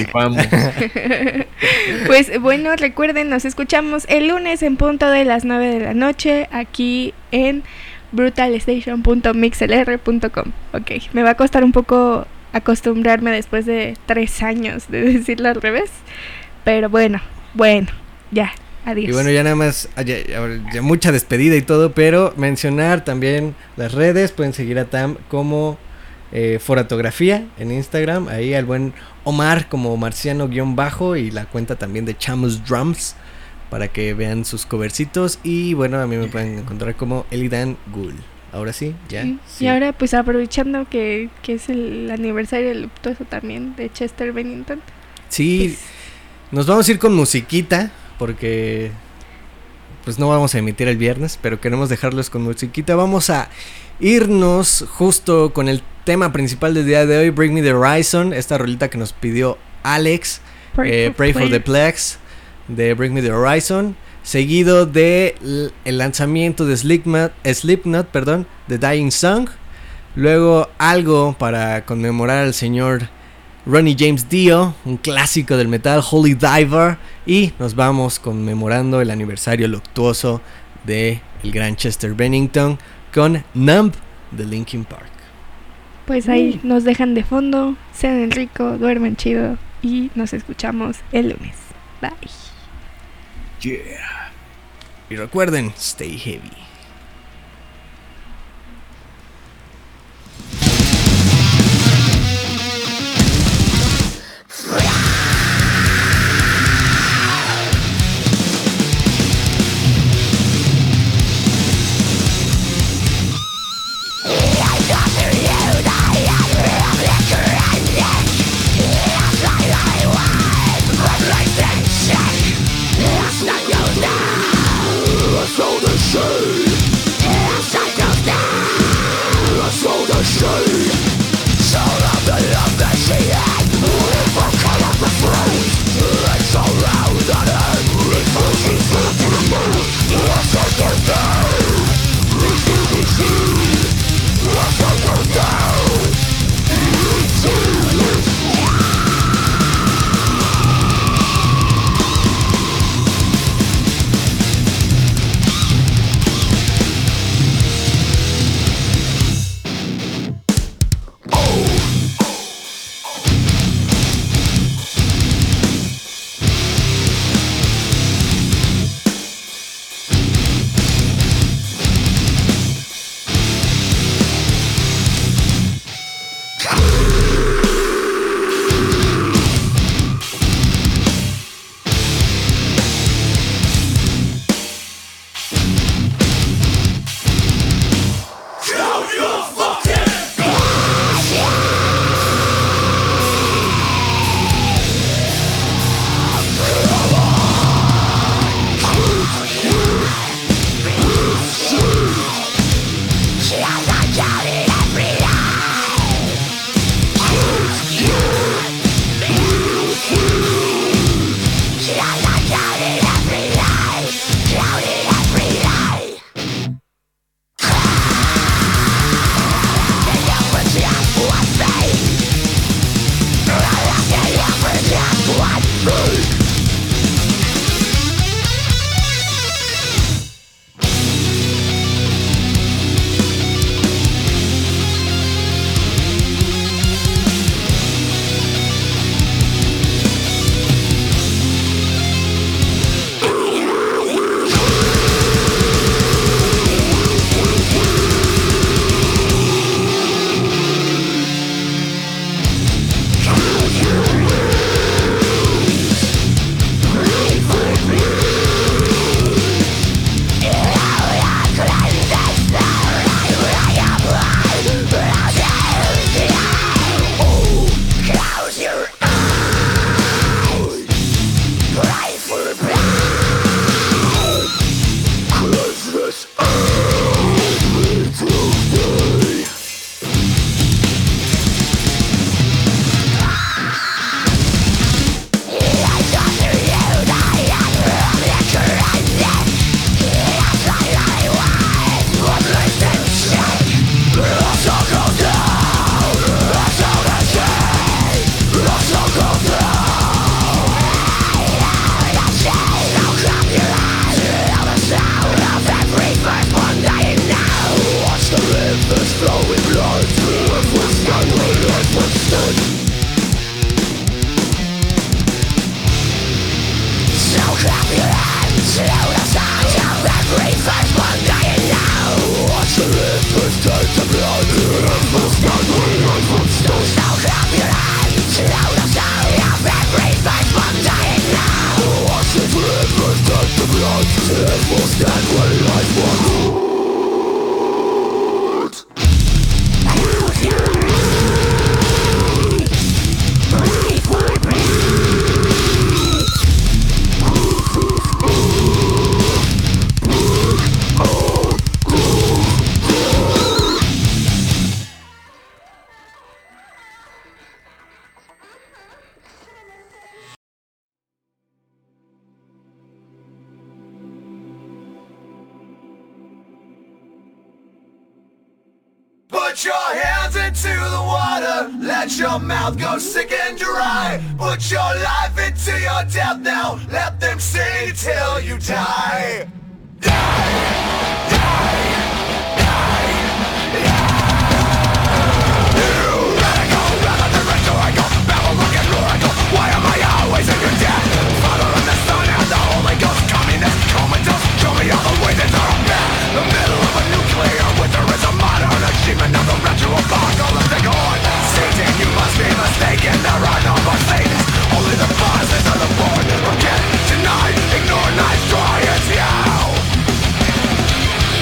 Pues bueno, recuerden, nos escuchamos el lunes en punto de las 9 de la noche aquí en brutalstation.mixlr.com. Ok, me va a costar un poco acostumbrarme después de 3 años de decirlo al revés, pero bueno, ya, adiós. Y bueno, ya nada más, ya mucha despedida y todo, pero mencionar también las redes, pueden seguir a Tam como Foratografía en Instagram, ahí al buen Omar como Marciano_ y la cuenta también de Chamus Drums, para que vean sus covercitos. Y bueno, a mí me pueden encontrar como Elidan Ghoul. Ahora sí, ya. Sí. Y ahora pues aprovechando que es el aniversario luctuoso también de Chester Bennington. Sí, pues nos vamos a ir con musiquita porque pues no vamos a emitir el viernes, pero queremos dejarlos con musiquita. Vamos a irnos justo con el tema principal del día de hoy, Bring Me the Horizon, esta rolita que nos pidió Alex, Pray for the Plagues, de Bring Me the Horizon, seguido de el lanzamiento de Slipknot, The Dying Song, luego algo para conmemorar al señor Ronnie James Dio, un clásico del metal, Holy Diver, y nos vamos conmemorando el aniversario luctuoso de el gran Chester Bennington con Numb de Linkin Park. Pues ahí nos dejan de fondo, sean rico, duerman chido y nos escuchamos el lunes. Bye. Yeah. Y recuerden, stay heavy. Put your hands into the water, let your mouth go sick and dry. Put your life into your death now, let them sing till you die. Die, die, die, die. You radical, rather rhetorical, Babylonian oracle. Why am I always in your debt? Father and the Son and the Holy Ghost, communist, comatose. Show me all the ways that are bad. The middle of a nuclear winter is a modern achievement of the retroapocalyptic horde. Satan, you must be mistaken. There are no more Satans, only the bosses of the born. Forget, deny, ignore, nice, try, it's you.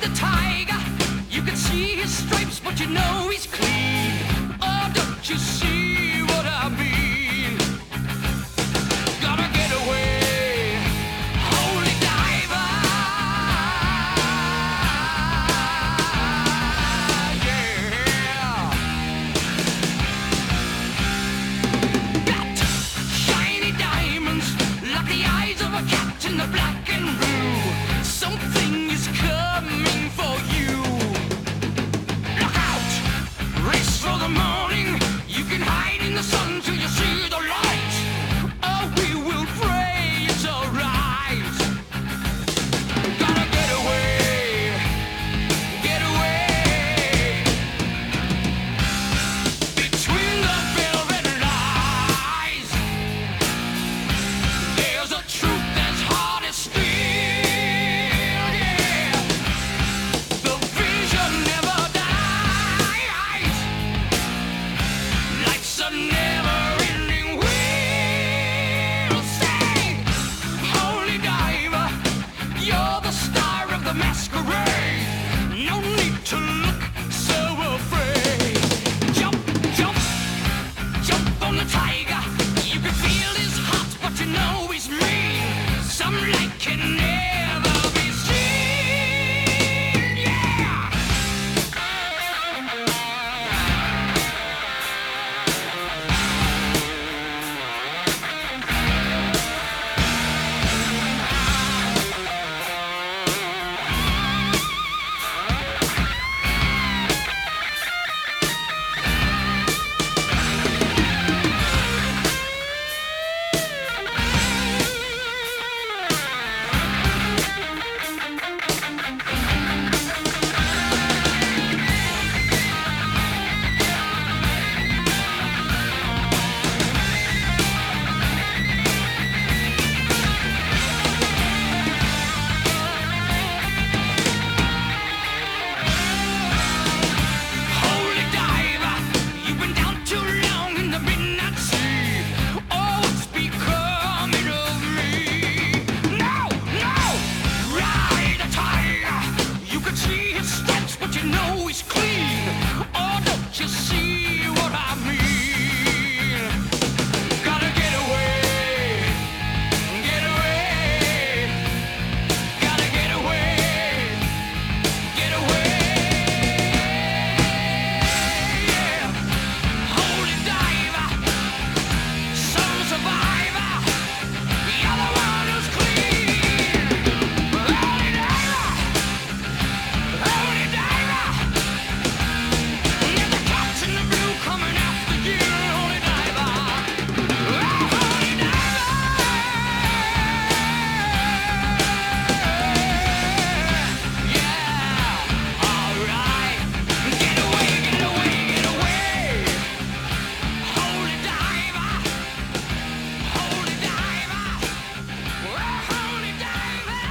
the tiger. You can see his stripes, but you know he's clean. Oh, don't you see what I mean? Gotta get away, holy diver. Yeah. Got shiny diamonds, like the eyes of a cat in the black and blue. Something is coming for you. Look out! Race for the morning. You can hide in the sun till you see the light. Oh, we will pray it's alright. Gotta get away. Get away. Between the velvet lies, there's a truth that's hard as steel. Yeah. The vision never dies. Life's a never-ending wheel. Say, holy diver, you're the star of the masquerade. No need to look so afraid. Jump, jump, jump on the tiger. You can feel his heart, but you know he's mean. Some light can never be seen. Yeah. Holy diver, you've been down too long in the midnight sea. Oh, what's becoming of me? No, no, ride the tiger. You can see his stripes, but you know he's clean. Oh, don't you see what I mean? Gotta get away, get away. Gotta get away, get away. Yeah. Holy diver, soul survivor, you're the one who's clean. Holy diver, holy diver. Get the cats in the blue coming after you, holy diver. Oh, holy diver. Yeah, alright. Get away, get away, get away. Holy diver, holy diver. Oh, holy diver.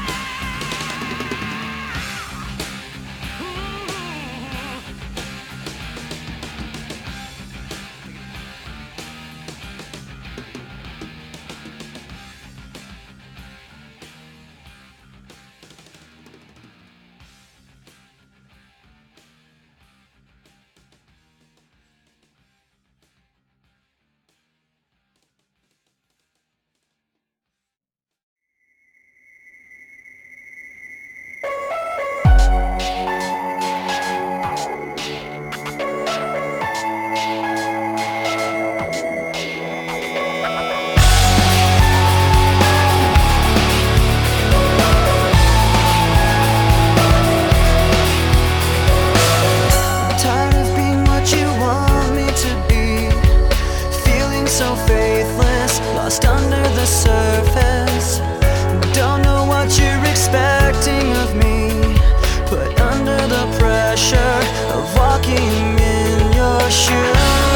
Tired of being what you want me to be, feeling so faithless, lost under the surface. Don't know what you're expecting of me, put under the pressure of walking in your shoes.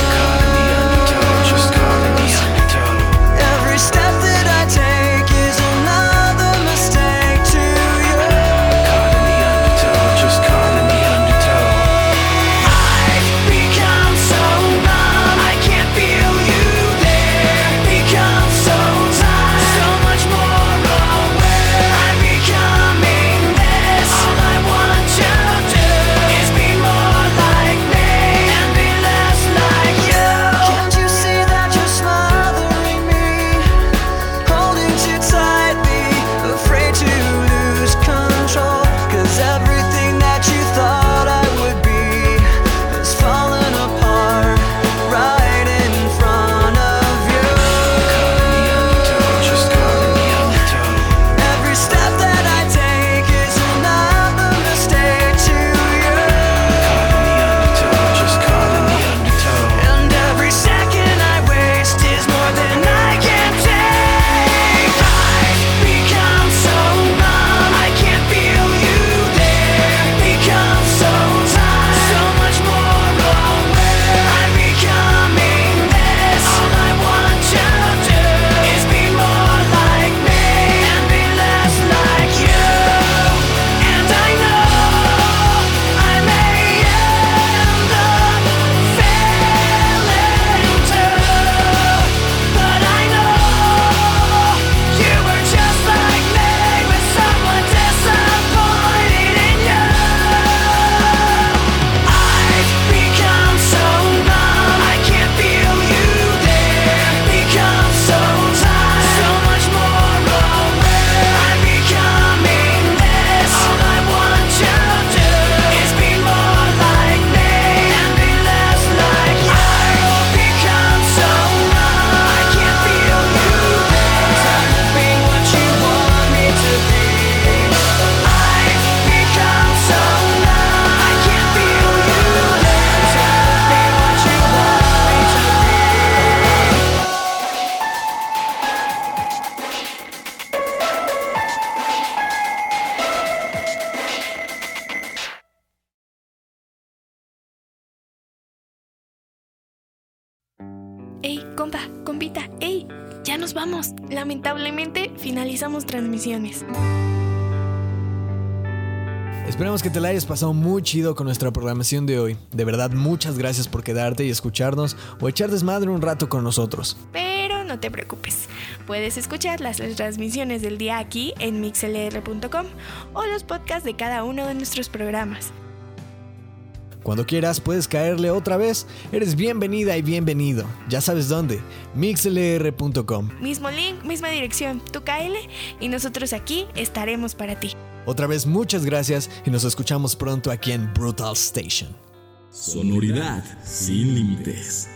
Every step that I take is another mistake to you. I've become so numb, I can't feel you there. Become so tired, so much more aware. I'm becoming this. All I want to nos vamos. Lamentablemente finalizamos transmisiones. Esperamos que te la hayas pasado muy chido con nuestra programación de hoy. De verdad, muchas gracias por quedarte y escucharnos o echar desmadre un rato con nosotros. Pero no te preocupes, puedes escuchar las transmisiones del día aquí en mixlr.com o los podcasts de cada uno de nuestros programas. Cuando quieras puedes caerle otra vez. Eres bienvenida y bienvenido. Ya sabes dónde, mixlr.com. Mismo link, misma dirección, tú cáele y nosotros aquí estaremos para ti. Otra vez muchas gracias y nos escuchamos pronto aquí en Brutal Station. Sonoridad sin límites.